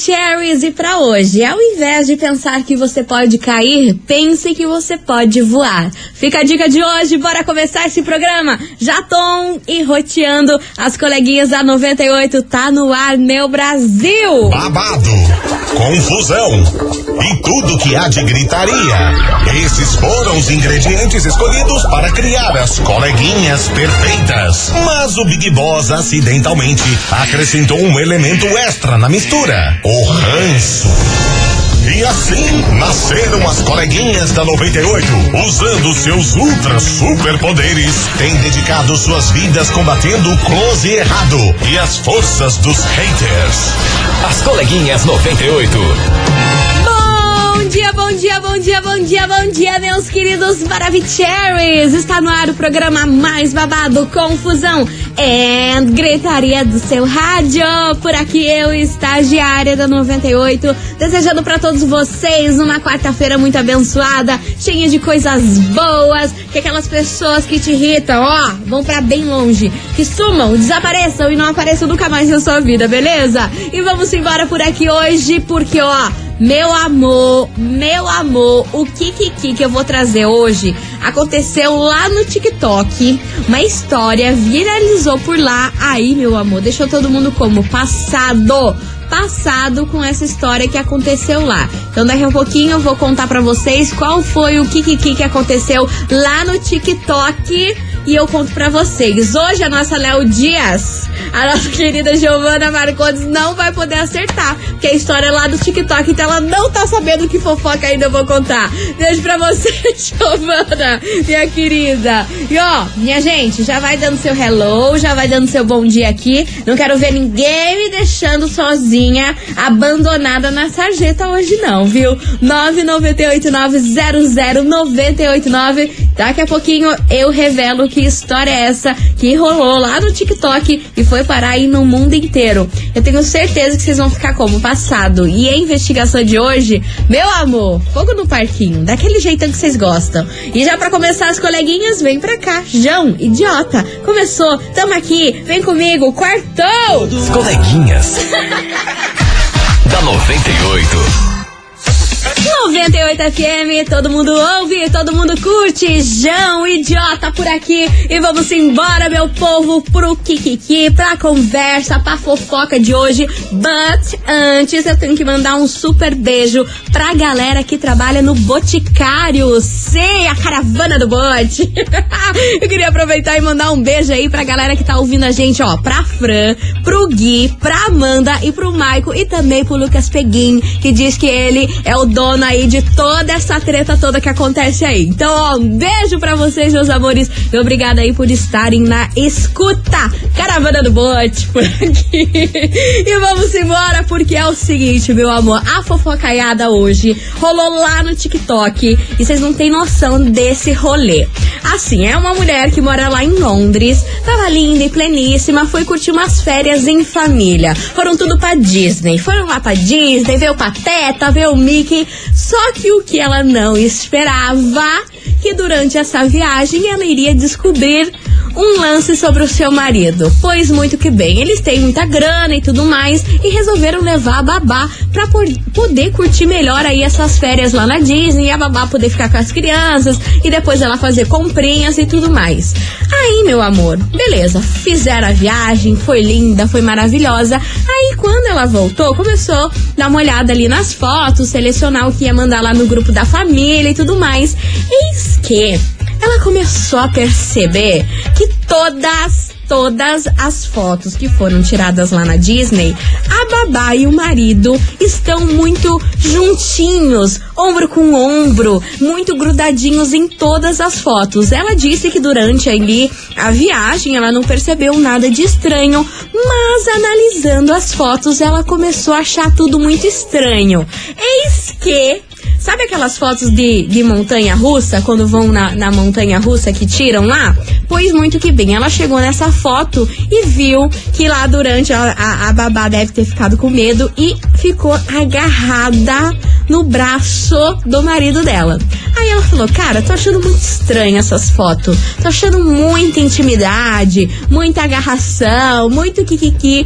Maravicheries, e pra hoje, ao invés de pensar que você pode cair, pense que você pode voar. Fica a dica de hoje, bora começar esse programa. Jatom e roteando as coleguinhas da 98, tá no ar, meu Brasil. Babado, confusão e tudo que há de gritaria. Esses foram os ingredientes escolhidos para criar as coleguinhas perfeitas. Mas o Big Boss acidentalmente acrescentou um elemento extra na mistura: o ranço. E assim nasceram as coleguinhas da 98, usando seus ultra superpoderes, têm dedicado suas vidas combatendo o close e errado e as forças dos haters. As coleguinhas 98. Bom dia, bom dia, bom dia, bom dia, bom dia, meus queridos Maravicheries. Está no ar o programa mais babado, confusão e gritaria do seu rádio. Por aqui eu, estagiária da 98, desejando pra todos vocês uma quarta-feira muito abençoada, cheia de coisas boas, que aquelas pessoas que te irritam, vão pra bem longe, que sumam, desapareçam e não apareçam nunca mais na sua vida, beleza? E vamos embora por aqui hoje, porque meu amor, o que eu vou trazer hoje aconteceu lá no TikTok. Uma história viralizou por lá. Aí, meu amor, deixou todo mundo como? Passado com essa história que aconteceu lá. Então daqui a pouquinho eu vou contar pra vocês qual foi o que aconteceu lá no TikTok e eu conto pra vocês. Hoje a nossa Léo Dias, a nossa querida Giovana Marcondes, não vai poder acertar, porque a história é lá do TikTok, então ela não tá sabendo que fofoca ainda eu vou contar. Beijo pra você, Giovana, minha querida. E minha gente, já vai dando seu hello, já vai dando seu bom dia aqui. Não quero ver ninguém me deixando sozinha, abandonada na sarjeta hoje não, viu? 998900989. Daqui a pouquinho eu revelo que história é essa que rolou lá no TikTok e foi parar aí no mundo inteiro. Eu tenho certeza que vocês vão ficar como? Passado. E a investigação de hoje, meu amor, fogo no parquinho, daquele jeitão que vocês gostam. E já pra começar as coleguinhas, vem pra cá, João, idiota. Começou, tamo aqui, vem comigo, quartou! As coleguinhas da 98. 98 FM, todo mundo ouve, todo mundo curte. João, idiota por aqui. E vamos embora, meu povo, pro Kikiki, pra conversa, pra fofoca de hoje. But antes eu tenho que mandar um super beijo pra galera que trabalha no Boticário. Sim, a caravana do bote. Eu queria aproveitar e mandar um beijo aí pra galera que tá ouvindo a gente, pra Fran, pro Gui, pra Amanda e pro Maico e também pro Lucas Peguin, que diz que ele é o dono aí de toda essa treta toda que acontece aí. Então, um beijo pra vocês, meus amores, e obrigada aí por estarem na escuta. Caravana do bote por aqui. E vamos embora, porque é o seguinte, meu amor, a fofocaiada hoje rolou lá no TikTok e vocês não têm noção desse rolê. Assim, é uma mulher que mora lá em Londres, tava linda e pleníssima, foi curtir umas férias em família. Foram tudo pra Disney, foram lá pra Disney, ver o Pateta, ver o Mickey. Só que o que ela não esperava, que durante essa viagem ela iria descobrir um lance sobre o seu marido. Pois muito que bem, eles têm muita grana e tudo mais e resolveram levar a babá pra poder curtir melhor aí essas férias lá na Disney, e a babá poder ficar com as crianças e depois ela fazer comprinhas e tudo mais. Aí, meu amor, beleza, fizeram a viagem, foi linda, foi maravilhosa. Aí quando ela voltou, começou a dar uma olhada ali nas fotos, selecionar o que ia mandar lá no grupo da família e tudo mais. Eis que ela começou a perceber que todas as fotos que foram tiradas lá na Disney, a babá e o marido estão muito juntinhos, ombro com ombro, muito grudadinhos em todas as fotos. Ela disse que durante ali a viagem ela não percebeu nada de estranho, mas analisando as fotos ela começou a achar tudo muito estranho. Eis que sabe aquelas fotos de montanha-russa, quando vão na montanha-russa que tiram lá? Pois muito que bem, ela chegou nessa foto e viu que lá durante a babá deve ter ficado com medo e ficou agarrada no braço do marido dela. Aí ela falou, cara, tô achando muito estranha essas fotos, tô achando muita intimidade, muita agarração, muito kikiki.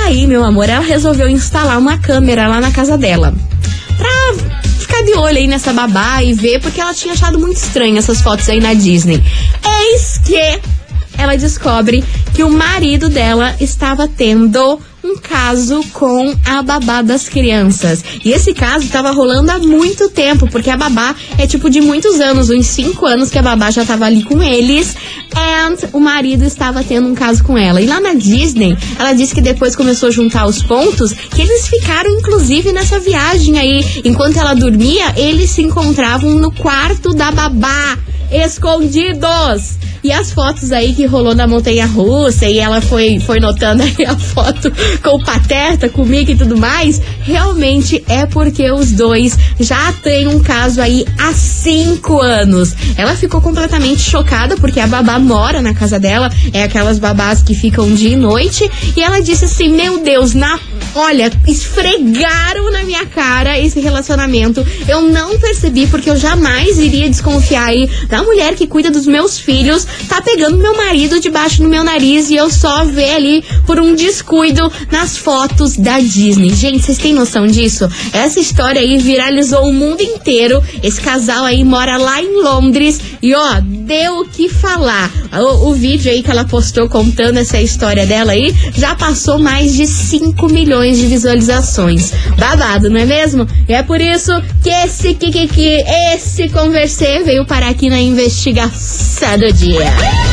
aí, meu amor, ela resolveu instalar uma câmera lá na casa dela. Pra ficar de olho aí nessa babá e ver, porque ela tinha achado muito estranho essas fotos aí na Disney. Eis que ela descobre que o marido dela estava tendo um caso com a babá das crianças. E esse caso tava rolando há muito tempo, porque a babá é tipo de muitos anos, uns 5 anos que a babá já tava ali com eles, e o marido estava tendo um caso com ela. E lá na Disney, ela disse que depois começou a juntar os pontos, que eles ficaram inclusive nessa viagem aí. Enquanto ela dormia, eles se encontravam no quarto da babá, escondidos. E as fotos aí que rolou da montanha-russa, e ela foi notando aí a foto com o Pateta, com o Mickey e tudo mais, realmente é porque os dois já têm um caso aí há 5 anos. Ela ficou completamente chocada, porque a babá mora na casa dela, é aquelas babás que ficam dia e noite, e ela disse assim, meu Deus, olha, esfregaram na minha cara esse relacionamento. Eu não percebi, porque eu jamais iria desconfiar aí da mulher que cuida dos meus filhos, tá pegando meu marido debaixo do meu nariz, e eu só ver ali por um descuido nas fotos da Disney. Gente, vocês têm noção disso? Essa história aí viralizou o mundo inteiro. Esse casal aí mora lá em Londres e ó, deu o que falar. O vídeo aí que ela postou contando essa história dela aí já passou mais de 5 milhões de visualizações. Babado, não é mesmo? E é por isso que esse Conversê veio parar aqui na investigação do dia.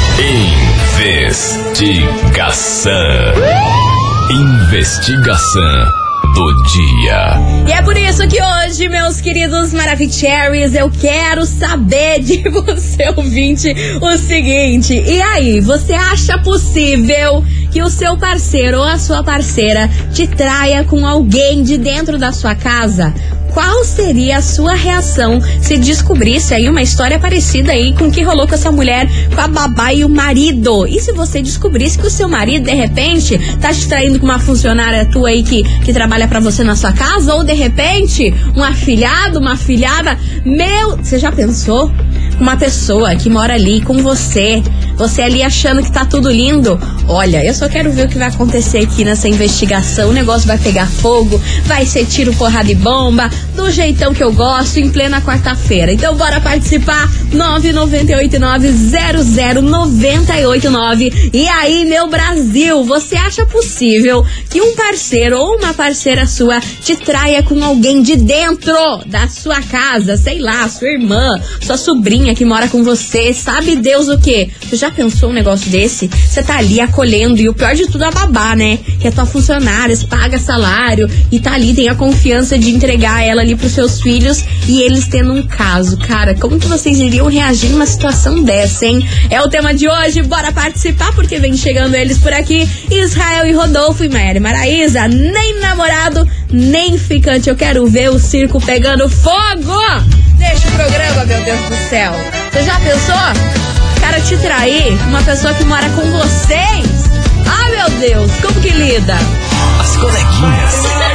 Investigação do dia. E é por isso que hoje, meus queridos Maravicheries, eu quero saber de você, ouvinte, o seguinte: e aí, você acha possível que o seu parceiro ou a sua parceira te traia com alguém de dentro da sua casa? Qual seria a sua reação se descobrisse aí uma história parecida aí com o que rolou com essa mulher, com a babá e o marido? E se você descobrisse que o seu marido, de repente, tá te traindo com uma funcionária tua aí que trabalha pra você na sua casa? Ou, de repente, um afilhado, uma afilhada? Você já pensou? Uma pessoa que mora ali com você ali achando que tá tudo lindo. Olha, eu só quero ver o que vai acontecer aqui nessa investigação. O negócio vai pegar fogo, vai ser tiro, porrada e bomba, do jeitão que eu gosto, em plena quarta-feira. Então bora participar, 998900989. E aí, meu Brasil, você acha possível que um parceiro ou uma parceira sua te traia com alguém de dentro da sua casa? Sei lá, sua irmã, sua sobrinha que mora com você, sabe Deus o quê? Você já pensou um negócio desse? Você tá ali acolhendo, e o pior de tudo é a babá, né? Que é tua funcionária, paga salário e tá ali, tem a confiança de entregar ela ali pros seus filhos, e eles tendo um caso. Cara, como que vocês iriam reagir numa situação dessa, hein? É o tema de hoje, bora participar, porque vem chegando eles por aqui, Israel e Rodolfo e Maiara e Maraísa, nem namorado, nem ficante. Eu quero ver o circo pegando fogo! Deixa o programa, meu Deus do céu. Você já pensou? Cara, te trair uma pessoa que mora com vocês? Ah, meu Deus, como que lida? As coleguinhas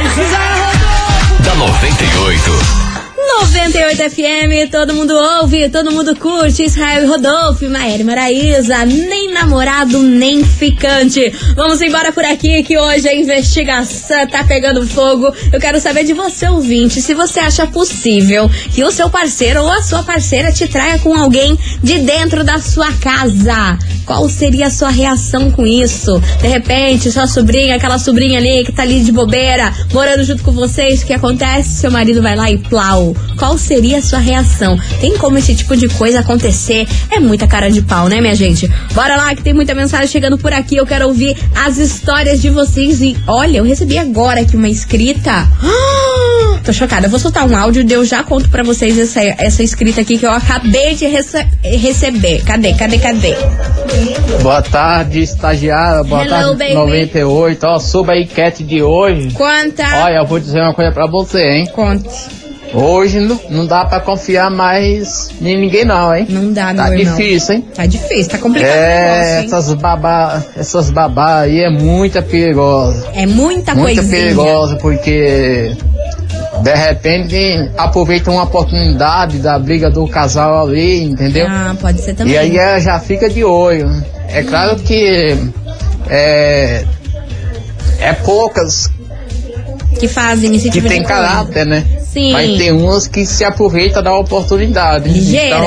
da 98. 98 FM, todo mundo ouve, todo mundo curte. Israel e Rodolfo, Maiara e Maraísa, nem namorado, nem ficante. Vamos embora por aqui, que hoje a investigação tá pegando fogo. Eu quero saber de você, ouvinte, se você acha possível que o seu parceiro ou a sua parceira te traia com alguém de dentro da sua casa. Qual seria a sua reação com isso? De repente, sua sobrinha, aquela sobrinha ali que tá ali de bobeira, morando junto com vocês, o que acontece? Seu marido vai lá e plau. Qual seria a sua reação? Tem como esse tipo de coisa acontecer? É muita cara de pau, né, minha gente? Bora lá, que tem muita mensagem chegando por aqui. Eu quero ouvir as histórias de vocês. E olha, eu recebi agora aqui uma escrita. Tô chocada. Eu vou soltar um áudio e eu já conto pra vocês essa escrita aqui que eu acabei de receber. Cadê? Boa tarde, estagiária. Boa tarde, baby. 98. Ó, suba a enquete de hoje. Conta. Olha, eu vou dizer uma coisa pra você, hein? Conte. Hoje não dá pra confiar mais em ninguém não, hein? Não dá, tá meu irmão. Difícil, hein? Tá difícil, tá complicado o negócio, hein? Essas babá aí é muito perigosa. É muita muito coisinha. Perigosa, porque de repente aproveita uma oportunidade da briga do casal ali, entendeu? Ah, pode ser também. E aí ela já fica de olho. É claro que é poucas que fazem esse tipo que tem de coisa. caráter, né? Sim. Mas tem umas que se aproveitam da oportunidade. Ligeira.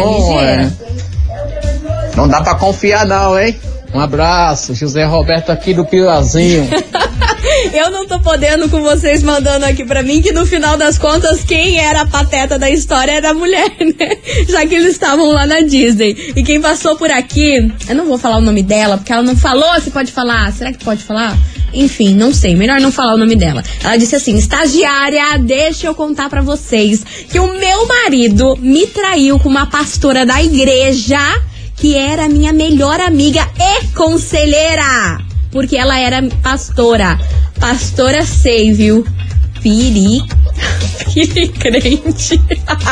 Não dá pra confiar não, hein? Um abraço, José Roberto aqui do Pilazinho. Eu não tô podendo com vocês mandando aqui pra mim que no final das contas quem era a pateta da história era a mulher, né? Já que eles estavam lá na Disney. E quem passou por aqui, eu não vou falar o nome dela, porque ela não falou se pode falar. Será que pode falar? Enfim, não sei, melhor não falar o nome dela. Ela disse assim: estagiária, deixa eu contar pra vocês que o meu marido me traiu com uma pastora da igreja que era minha melhor amiga e conselheira. Porque ela era pastora. Pastora sei, viu? Piricrente.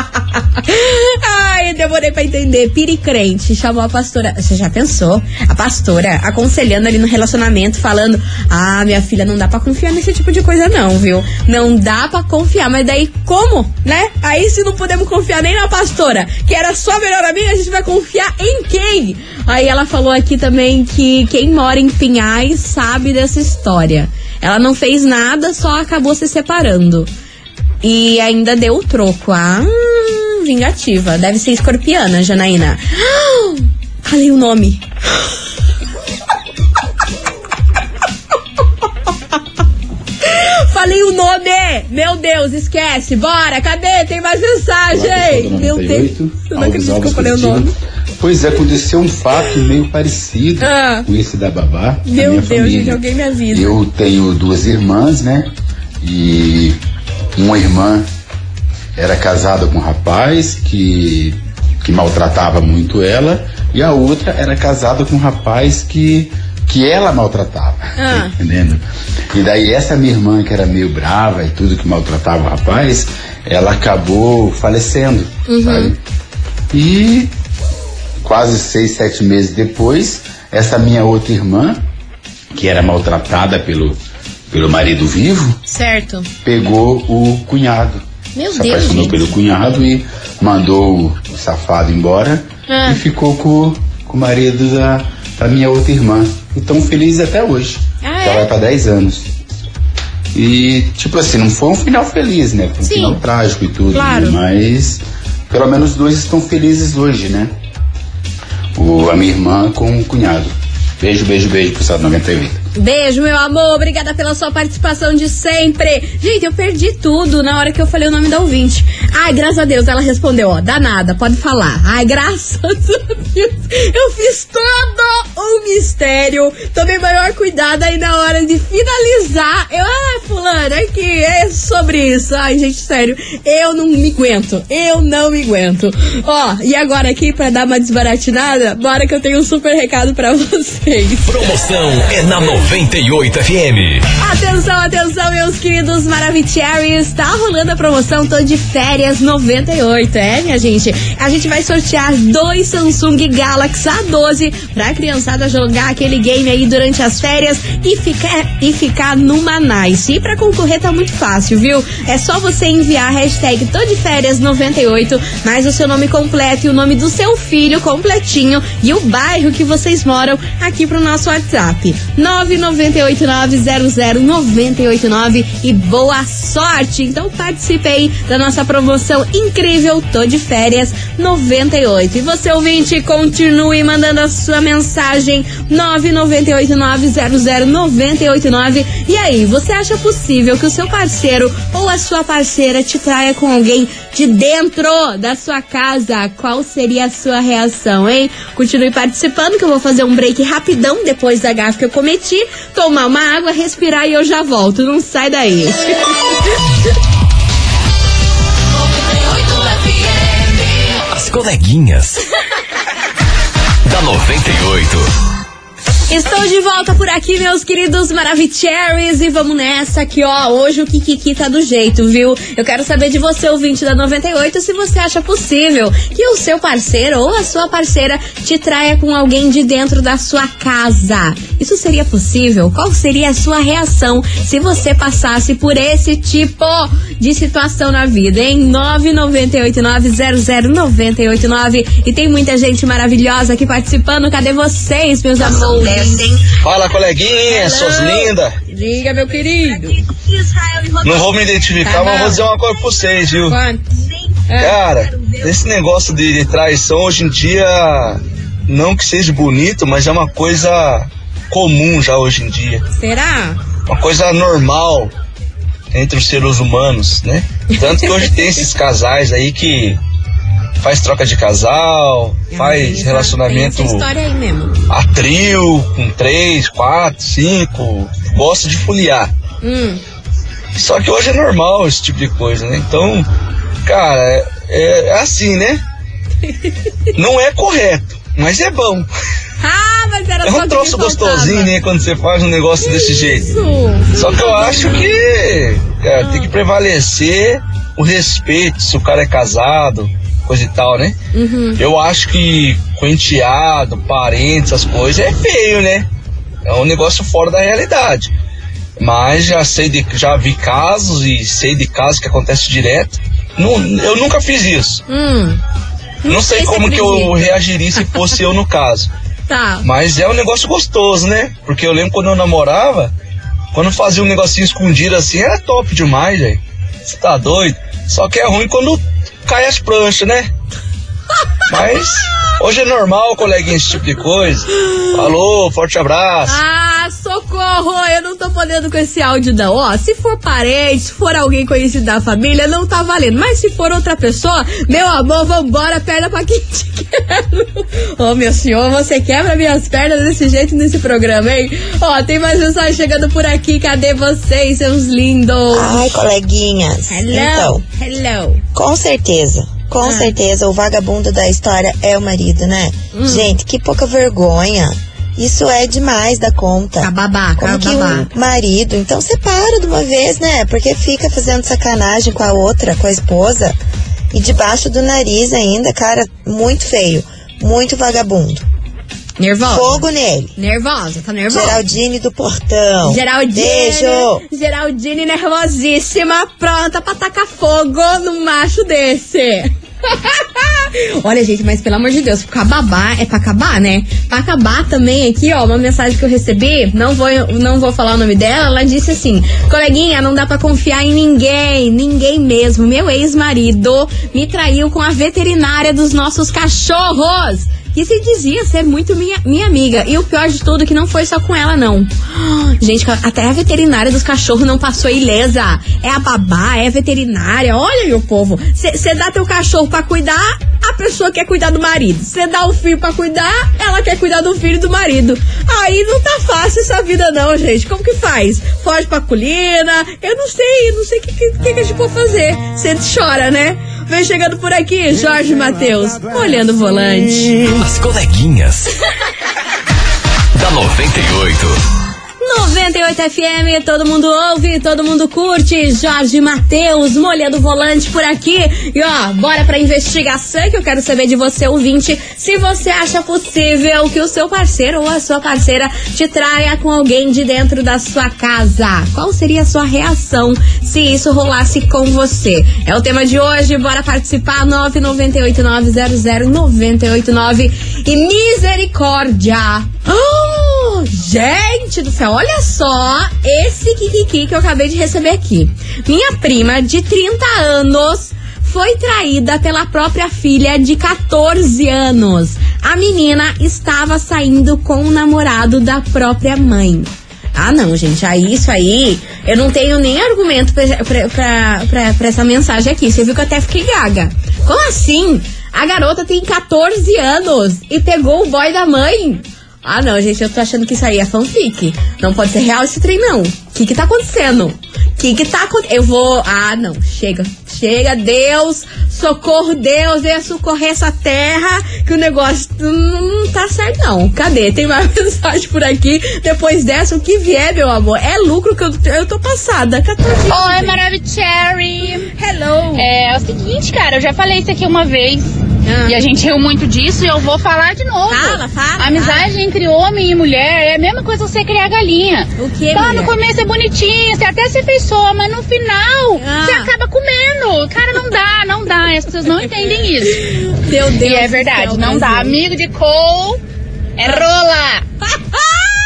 Ai, demorei pra entender. Piricrente. Chamou a pastora. Você já pensou? A pastora aconselhando ali no relacionamento, falando: ah, minha filha, não dá pra confiar nesse tipo de coisa não, viu? Não dá pra confiar. Mas daí como, né? Aí se não podemos confiar nem na pastora, que era sua melhor amiga, a gente vai confiar em quem? Aí ela falou aqui também que quem mora em Pinhais sabe dessa história. Ela não fez nada, só acabou se separando. E ainda deu o troco. Vingativa. Deve ser escorpiana, Janaína. Falei o nome. Falei o nome! Meu Deus, esquece. Bora, cadê? Tem mais mensagem. Meu Deus. Eu não acredito que eu falei o nome. Pois é, aconteceu um fato meio parecido com esse da babá. Meu minha Deus, família. gente, alguém me avisa. Eu tenho 2 irmãs, né? E uma irmã era casada com um rapaz que maltratava muito ela, e a outra era casada com um rapaz que ela maltratava, tá entendendo? E daí essa minha irmã, que era meio brava e tudo, que maltratava o rapaz, ela acabou falecendo, sabe? E quase 6, 7 meses depois, essa minha outra irmã, que era maltratada pelo marido vivo, certo, pegou o cunhado. Meu se Deus, apaixonou gente. pelo cunhado e mandou o safado embora e ficou com o marido da minha outra irmã. E tão felizes até hoje. Já vai pra 10 anos. E, tipo assim, não foi um final feliz, né? Foi um final trágico e tudo. Claro. Mas, pelo menos 2 estão felizes hoje, né? A minha irmã com o cunhado. Beijo, beijo, beijo pro Estado 98. Beijo, meu amor. Obrigada pela sua participação de sempre. Gente, eu perdi tudo na hora que eu falei o nome da ouvinte. Ai, graças a Deus, ela respondeu, ó, danada, pode falar. Ai, graças a Deus. Eu fiz todo um mistério. Tomei maior cuidado aí na hora de finalizar. Fulano, aqui, é sobre isso. Ai, gente, sério, eu não me aguento. Ó, e agora aqui, pra dar uma desbaratinada, bora que eu tenho um super recado pra vocês. Promoção é na 98 FM. Atenção, meus queridos Maravicheries. Tá rolando a promoção Tô de Férias 98, minha gente? A gente vai sortear 2 Samsung Galaxy A12 pra criançada jogar aquele game aí durante as férias e ficar numa nice. E pra concorrer tá muito fácil, viu? É só você enviar a hashtag Tô de Férias 98, mais o seu nome completo e o nome do seu filho completinho e o bairro que vocês moram aqui pro nosso WhatsApp. 998900989 e boa sorte! Então participe aí da nossa promoção incrível Tô de Férias 98. E você, ouvinte, continue mandando a sua mensagem 998900989. E aí, você acha possível que o seu parceiro ou a sua parceira te traia com alguém de dentro da sua casa? Qual seria a sua reação, hein? Continue participando que eu vou fazer um break rapidão depois da gafe que eu cometi, tomar uma água, respirar e eu já volto. Não sai daí. As coleguinhas da 98. Estou de volta por aqui, meus queridos Maravicheries, e vamos nessa aqui, ó. Hoje o Kikiki tá do jeito, viu? Eu quero saber de você, ouvinte da 98, se você acha possível que o seu parceiro ou a sua parceira te traia com alguém de dentro da sua casa. Isso seria possível? Qual seria a sua reação se você passasse por esse tipo de situação na vida, hein? 998900989. E tem muita gente maravilhosa aqui participando. Cadê vocês, meus amores? merecem. Fala, coleguinha, suas lindas. Diga, meu querido. Não vou me identificar, mas vou dizer uma coisa pra vocês, viu? Cara, esse negócio de traição hoje em dia, não que seja bonito, mas é uma coisa comum já hoje em dia. Será? Uma coisa normal entre os seres humanos, né? Tanto que hoje tem esses casais aí que faz troca de casal, faz relacionamento tem essa história aí mesmo. A trio, com 3, 4, 5, gosta de foliar. Só que hoje é normal esse tipo de coisa, né? Então, cara, é assim, né? Não é correto, mas é bom. Mas era é um troço gostosinho, né? Quando você faz um negócio desse jeito. Só que eu acho que, cara, tem que prevalecer o respeito, se o cara é casado, coisa e tal, né? Eu acho que com enteado, parentes, essas coisas, é feio, né? É um negócio fora da realidade. Mas já vi casos e sei de casos que acontece direto. Eu nunca fiz isso. Não sei como que eu reagiria se fosse eu no caso. Tá. Mas é um negócio gostoso, né? Porque eu lembro quando eu namorava, quando fazia um negocinho escondido assim, era top demais, velho. Você tá doido? Só que é ruim quando cai as pranchas, né? Mas hoje é normal, coleguinha, esse tipo de coisa. Falou, forte abraço. Socorro, eu não tô podendo com esse áudio não. Ó, se for parente, se for alguém conhecido da família, não tá valendo. Mas se for outra pessoa, meu amor, vambora, perna pra quem te quero. Ô, meu senhor, você quebra minhas pernas desse jeito nesse programa, hein? Ó, tem mais mensagem chegando por aqui. Cadê vocês, seus lindos? Ai, coleguinhas. Hello. Com certeza, o vagabundo da história é o marido, né? Gente, que pouca vergonha. Isso é demais da conta. Como que um marido, então separa de uma vez, né? Porque fica fazendo sacanagem com a outra, com a esposa. E debaixo do nariz ainda, cara, muito feio. Muito vagabundo. Nervosa. Fogo nele. Tá nervosa. Geraldine do Portão. Beijo. Geraldine nervosíssima, pronta pra tacar fogo no macho desse. Olha, gente, mas pelo amor de Deus, ficar babá é pra acabar, né? Pra acabar também aqui, ó, uma mensagem que eu recebi, não vou falar o nome dela, ela disse assim: coleguinha, não dá pra confiar em ninguém mesmo. Meu ex-marido me traiu com a veterinária dos nossos cachorros, que se dizia ser muito minha amiga. E o pior de tudo é que não foi só com ela, não. Gente, até a veterinária dos cachorros não passou ilesa. É a babá, é a veterinária. Olha, meu povo, você dá teu cachorro pra cuidar, a pessoa quer cuidar do marido. Você dá o filho pra cuidar, ela quer cuidar do filho e do marido. Aí não tá fácil essa vida não, gente. Como que faz? Foge pra colina? Eu não sei o que a gente pode fazer. Você chora, né? Vem chegando por aqui, Jorge Matheus, molhando o volante. As coleguinhas da 98. 98 FM, todo mundo ouve, todo mundo curte. Jorge Matheus, molhando o volante por aqui. E ó, bora pra investigação, que eu quero saber de você, ouvinte, se você acha possível que o seu parceiro ou a sua parceira te traia com alguém de dentro da sua casa. Qual seria a sua reação se isso rolasse com você? É o tema de hoje, bora participar. 998900989. E misericórdia! Oh, gente do céu, olha só esse kikiki que eu acabei de receber aqui. Minha prima de 30 anos foi traída pela própria filha de 14 anos. A menina estava saindo com o namorado da própria mãe. Ah, não, gente, isso aí, eu não tenho nem argumento pra essa mensagem aqui. Você viu que eu até fiquei gaga. Como assim? A garota tem 14 anos e pegou o boy da mãe? Ah, não, gente, eu tô achando que isso aí é fanfic. Não pode ser real esse trem, não. O que tá acontecendo? Eu vou... Ah, não, chega, Deus, socorro, Deus, venha socorrer essa terra, que o negócio não tá certo, não. Cadê? Tem mais mensagem por aqui. Depois dessa, o que vier, meu amor, é lucro que eu tô passada. 14 Oi, Maravicherry. Hello. É o seguinte, cara, eu já falei isso aqui uma vez. E a gente riu muito disso e eu vou falar de novo. Fala. A amizade entre homem e mulher é a mesma coisa que você criar galinha. O que, mulher? No começo é bonitinho, você até se afeiçoa, mas no final você acaba comendo. Cara, não dá. As pessoas não entendem isso. Meu Deus. E é verdade, não dá. Amigo de Cole é rola.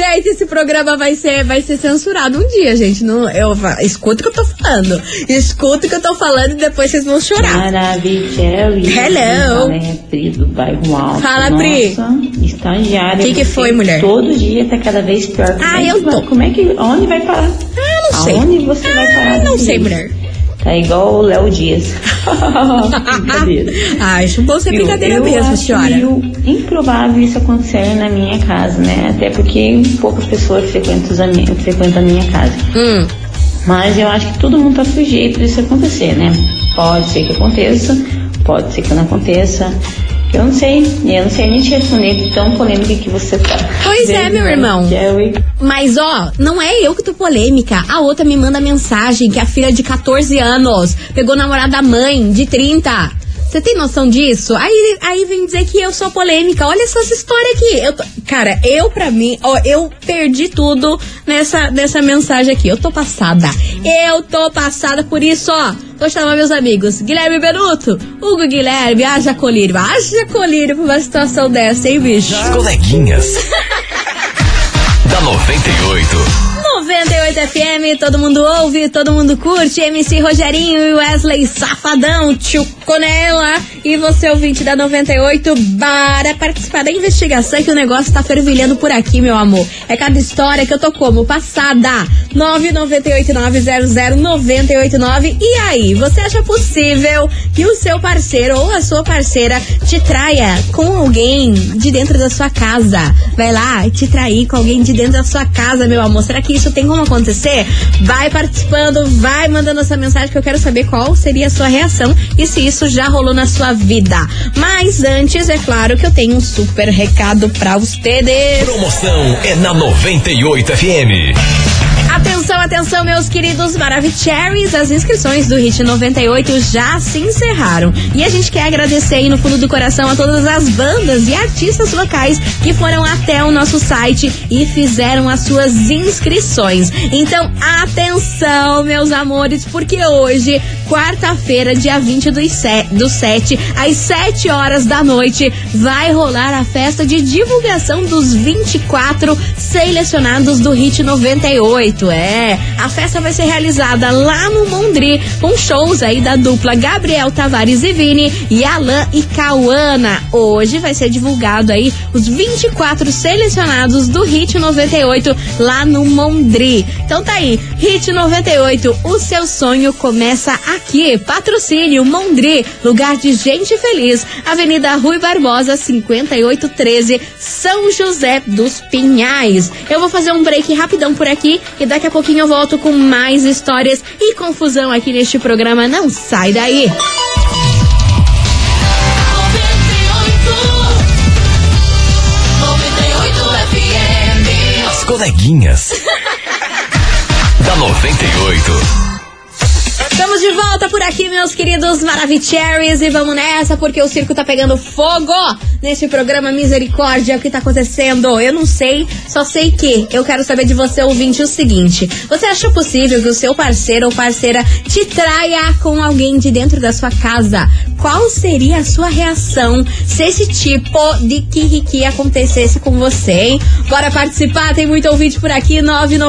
Gente, esse programa vai ser censurado um dia, gente. Escuta o que eu tô falando. Escuta o que eu tô falando e depois vocês vão chorar. Maravilha. Hello. É Pri do bairro Alto. Fala, Nossa, Pri. Estagiária. O que foi, mulher? Todo dia tá cada vez pior. Onde vai parar? Não sei. Aonde você vai parar? Não sei, mulher. Tá igual o Léo Dias. Brincadeira. Acho bom ser brincadeira mesmo, senhora. Eu acho meio improvável isso acontecer na minha casa, né? Até porque poucas pessoas frequentam a minha casa. Mas eu acho que todo mundo tá sujeito disso acontecer, né? Pode ser que aconteça, pode ser que não aconteça. Eu não sei nem te responder de tão polêmica que você tá. Pois é, meu irmão. Mas, não é eu que tô polêmica. A outra me manda mensagem que a filha de 14 anos pegou o namorado da mãe de 30. Você tem noção disso? Aí vem dizer que eu sou polêmica. Olha essas histórias aqui. Pra mim, eu perdi tudo nessa mensagem aqui. Eu tô passada. Por isso, vou chamar meus amigos Guilherme Benuto, Hugo Guilherme, haja colírio pra uma situação dessa, hein, bicho? As coleguinhas da 98. 98 FM, todo mundo ouve, todo mundo curte. MC Rogerinho e Wesley Safadão, Tchuconela. E você, ouvinte da 98, para participar da investigação que o negócio tá fervilhando por aqui, meu amor. É cada história que eu tô como passada. 998900989. E aí, você acha possível que o seu parceiro ou a sua parceira te traia com alguém de dentro da sua casa? Vai lá te trair com alguém de dentro da sua casa, meu amor. Será que isso tem como acontecer? Vai participando, vai mandando essa mensagem que eu quero saber qual seria a sua reação e se isso já rolou na sua vida. Mas antes, é claro que eu tenho um super recado pra vocês. Promoção é na 98 FM. Atenção, meus queridos Maravicheries, as inscrições do Hit 98 já se encerraram. E a gente quer agradecer aí no fundo do coração a todas as bandas e artistas locais que foram até o nosso site e fizeram as suas inscrições. Então, atenção, meus amores, porque hoje, quarta-feira, dia 20 do 7, às 7 horas da noite, vai rolar a festa de divulgação dos 24 selecionados do Hit 98. A festa vai ser realizada lá no Mondri, com shows aí da dupla Gabriel Tavares e Vini e Alan e Cauana. Hoje vai ser divulgado aí os 24 selecionados do Hit 98 lá no Mondri. Então tá aí, Hit 98, o seu sonho começa aqui. Patrocínio Mondri, lugar de gente feliz, Avenida Rui Barbosa, 5813, São José dos Pinhais. Eu vou fazer um break rapidão por aqui e daqui a pouquinho eu volto com mais histórias e confusão aqui neste programa. Não sai daí! As coleguinhas da 98. Estamos de volta por aqui, meus queridos Maravicheries, e vamos nessa, porque o circo tá pegando fogo nesse programa. Misericórdia, o que tá acontecendo? Eu não sei, só sei que eu quero saber de você, ouvinte, o seguinte: você acha possível que o seu parceiro ou parceira te traia com alguém de dentro da sua casa? Qual seria a sua reação se esse tipo de kikiki acontecesse com você, hein? Bora participar, tem muito ouvinte por aqui,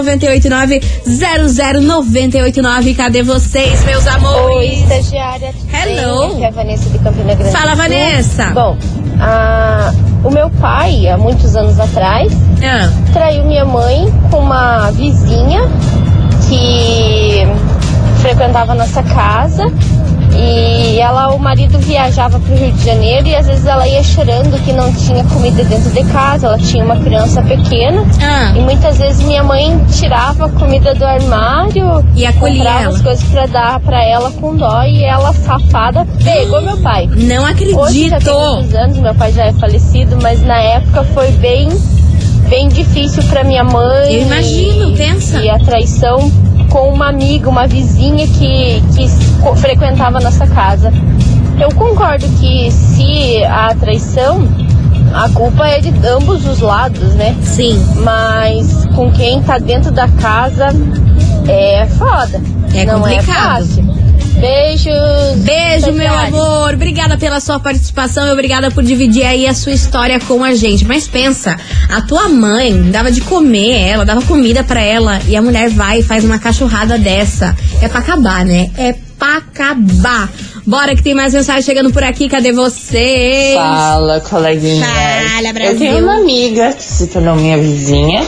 998900989. Cadê vocês, meus amores? Oi, estagiária. Hello. Aqui é a Vanessa de Campina Grande. Fala, Vanessa. Bom, o meu pai, há muitos anos atrás, traiu minha mãe com uma vizinha que frequentava a nossa casa. E o marido viajava pro Rio de Janeiro e às vezes ela ia chorando que não tinha comida dentro de casa. Ela tinha uma criança pequena e muitas vezes minha mãe tirava a comida do armário e comprava as coisas pra dar pra ela com dó, e ela, safada, pegou meu pai. Não acredito. Hoje já tem muitos anos, meu pai já é falecido, mas na época foi bem difícil pra minha mãe. Eu imagino, pensa. E a traição com uma amiga, uma vizinha que frequentava a nossa casa. Eu concordo que se a traição, a culpa é de ambos os lados, né? Sim. Mas com quem tá dentro da casa é foda. É não complicado. É fácil. Beijos. Beijo, meu amor. Obrigada pela sua participação e obrigada por dividir aí a sua história com a gente. Mas pensa, a tua mãe dava de comer ela, dava comida pra ela e a mulher vai e faz uma cachorrada dessa. É pra acabar, né? É pra acabar. Bora que tem mais mensagem chegando por aqui. Cadê vocês? Fala, coleguinha. Fala, Brasil. Eu tenho uma amiga que se tornou minha vizinha.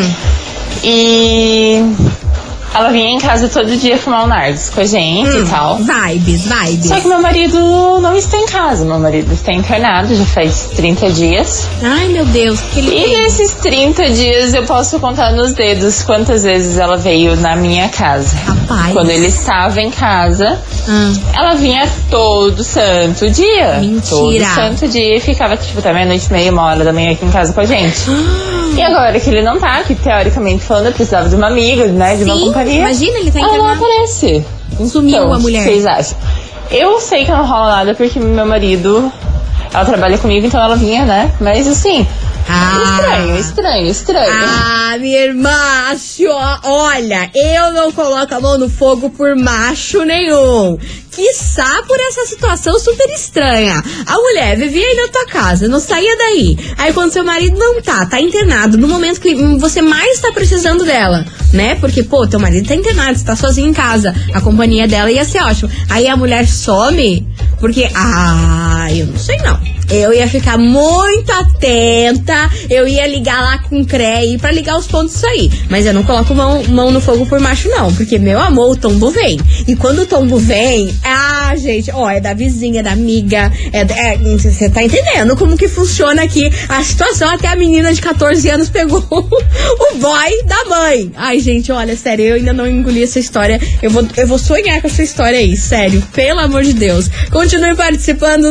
E ela vinha em casa todo dia fumar um narguilé com a gente e tal. Vibes. Só que meu marido não está em casa. Meu marido está internado já faz 30 dias. Ai, meu Deus. Que e nesses 30 dias eu posso contar nos dedos quantas vezes ela veio na minha casa. Rapaz. Quando ele estava em casa, ela vinha todo santo dia. Mentira. Todo santo dia e ficava tipo até meia-noite e meia, 1h da manhã aqui em casa com a gente. E agora que ele não tá, que teoricamente falando, eu precisava de uma amiga, né? De uma companhia. Imagina, ele tá internado. Ela não aparece. Sumiu então, a mulher. O que vocês acham? Eu sei que não rola nada porque meu marido, ela trabalha comigo, então ela vinha, né? Mas assim, estranho. Ah, minha irmã, olha, eu não coloco a mão no fogo por macho nenhum. Quiçá por essa situação super estranha. A mulher vivia aí na tua casa, não saía daí. Aí quando seu marido não tá internado, no momento que você mais tá precisando dela, né? Porque, pô, teu marido tá internado, você tá sozinho em casa. A companhia dela ia ser ótima. Aí a mulher some, porque, eu não sei não. Eu ia ficar muito atenta, eu ia ligar lá com o CREI pra ligar os pontos disso aí. Mas eu não coloco mão no fogo por macho não, porque, meu amor, o tombo vem. E quando o tombo vem, gente, é da vizinha, é da amiga, você tá entendendo como que funciona aqui a situação. Até a menina de 14 anos pegou o boy da mãe. Ai, gente, olha, sério, eu ainda não engoli essa história. Eu vou sonhar com essa história aí, sério, pelo amor de Deus. Continue participando,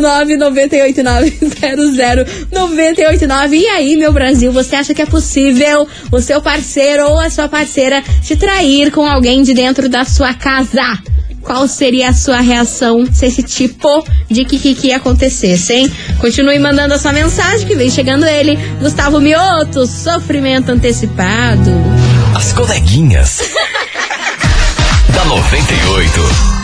998900989. E aí, meu Brasil, você acha que é possível o seu parceiro ou a sua parceira te trair com alguém de dentro da sua casa? Qual seria a sua reação se esse tipo de kikiki acontecesse, hein? Continue mandando a sua mensagem que vem chegando ele, Gustavo Mioto, sofrimento antecipado. As coleguinhas da 98.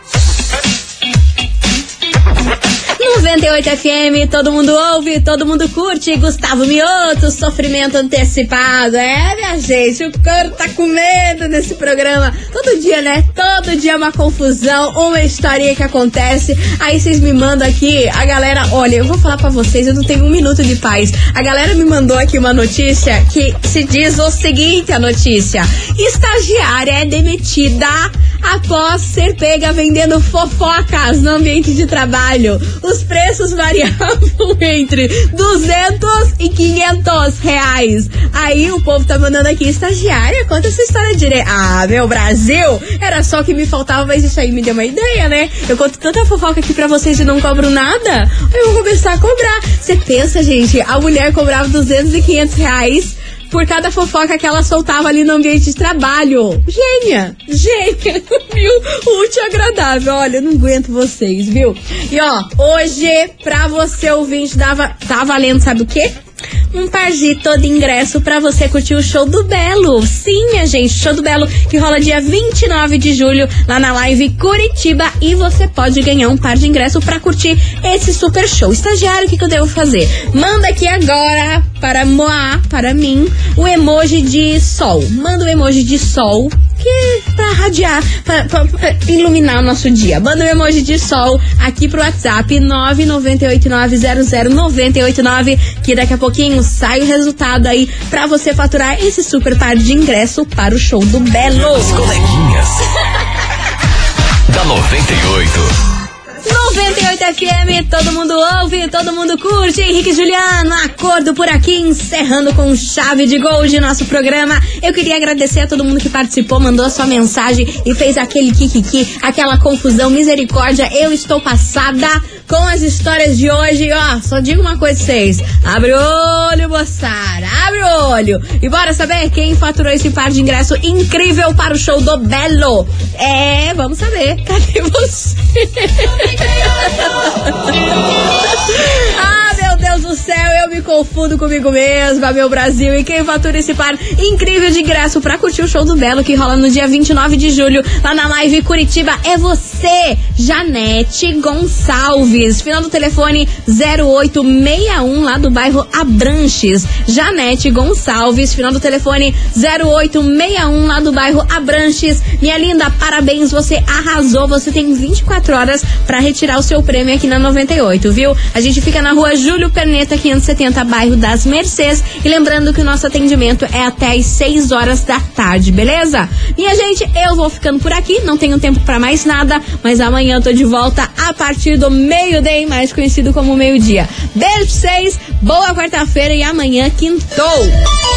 98 FM, todo mundo ouve, todo mundo curte. Gustavo Mioto, sofrimento antecipado. Minha gente, o couro tá comendo nesse programa. Todo dia, né? Todo dia uma confusão, uma historinha que acontece. Aí vocês me mandam aqui, a galera, olha, eu vou falar pra vocês, eu não tenho um minuto de paz. A galera me mandou aqui uma notícia que se diz o seguinte, a notícia: estagiária é demitida após ser pega vendendo fofocas no ambiente de trabalho. Os preços variavam entre 200 e 500 reais. Aí o povo tá mandando aqui, estagiária, conta essa história direito. Meu Brasil, era só o que me faltava, mas isso aí me deu uma ideia, né? Eu conto tanta fofoca aqui pra vocês e não cobro nada. Eu vou começar a cobrar. Você pensa, gente, a mulher cobrava 200 e 500 reais por cada fofoca que ela soltava ali no ambiente de trabalho. Gênia, viu? Útil e agradável. Olha, eu não aguento vocês, viu? E hoje, pra você ouvinte, tá valendo, sabe o quê? Um parzito de ingresso pra você curtir o show do Belo. Sim, minha gente, show do Belo que rola dia 29 de julho lá na Live Curitiba. E você pode ganhar um par de ingresso pra curtir esse super show. Estagiário, o que eu devo fazer? Manda aqui agora para mim, o emoji de sol. Manda o emoji de sol, que é pra radiar, pra iluminar o nosso dia. Manda o emoji de sol aqui pro WhatsApp 998900989, que daqui a pouquinho sai o resultado aí pra você faturar esse super par de ingresso para o show do Belo. As coleguinhas da 98. 98 FM, todo mundo ouve, todo mundo curte. Henrique e Juliano, acordo por aqui, encerrando com chave de gol de nosso programa. Eu queria agradecer a todo mundo que participou, mandou a sua mensagem e fez aquele kikiki, aquela confusão, misericórdia. Eu estou passada com as histórias de hoje. Só digo uma coisa pra vocês: abre o olho, moçada, abre o olho. E bora saber quem faturou esse par de ingresso incrível para o show do Belo. Vamos saber, cadê você? Meu Deus do céu, eu me confundo comigo mesma, meu Brasil. E quem fatura esse par incrível de ingresso pra curtir o show do Belo, que rola no dia 29 de julho lá na Live Curitiba, é você. C, Janete Gonçalves, final do telefone 0861, lá do bairro Abranches. Janete Gonçalves, final do telefone 0861, lá do bairro Abranches. Minha linda, parabéns, você arrasou. Você tem 24 horas pra retirar o seu prêmio aqui na 98, viu? A gente fica na rua Júlio Perneta, 570, bairro das Mercês. E lembrando que o nosso atendimento é até às 6 horas da tarde, beleza? Minha gente, eu vou ficando por aqui, não tenho tempo pra mais nada, mas amanhã eu tô de volta a partir do meio-dia, mais conhecido como meio-dia. Beijo pra vocês, boa quarta-feira e amanhã quintou!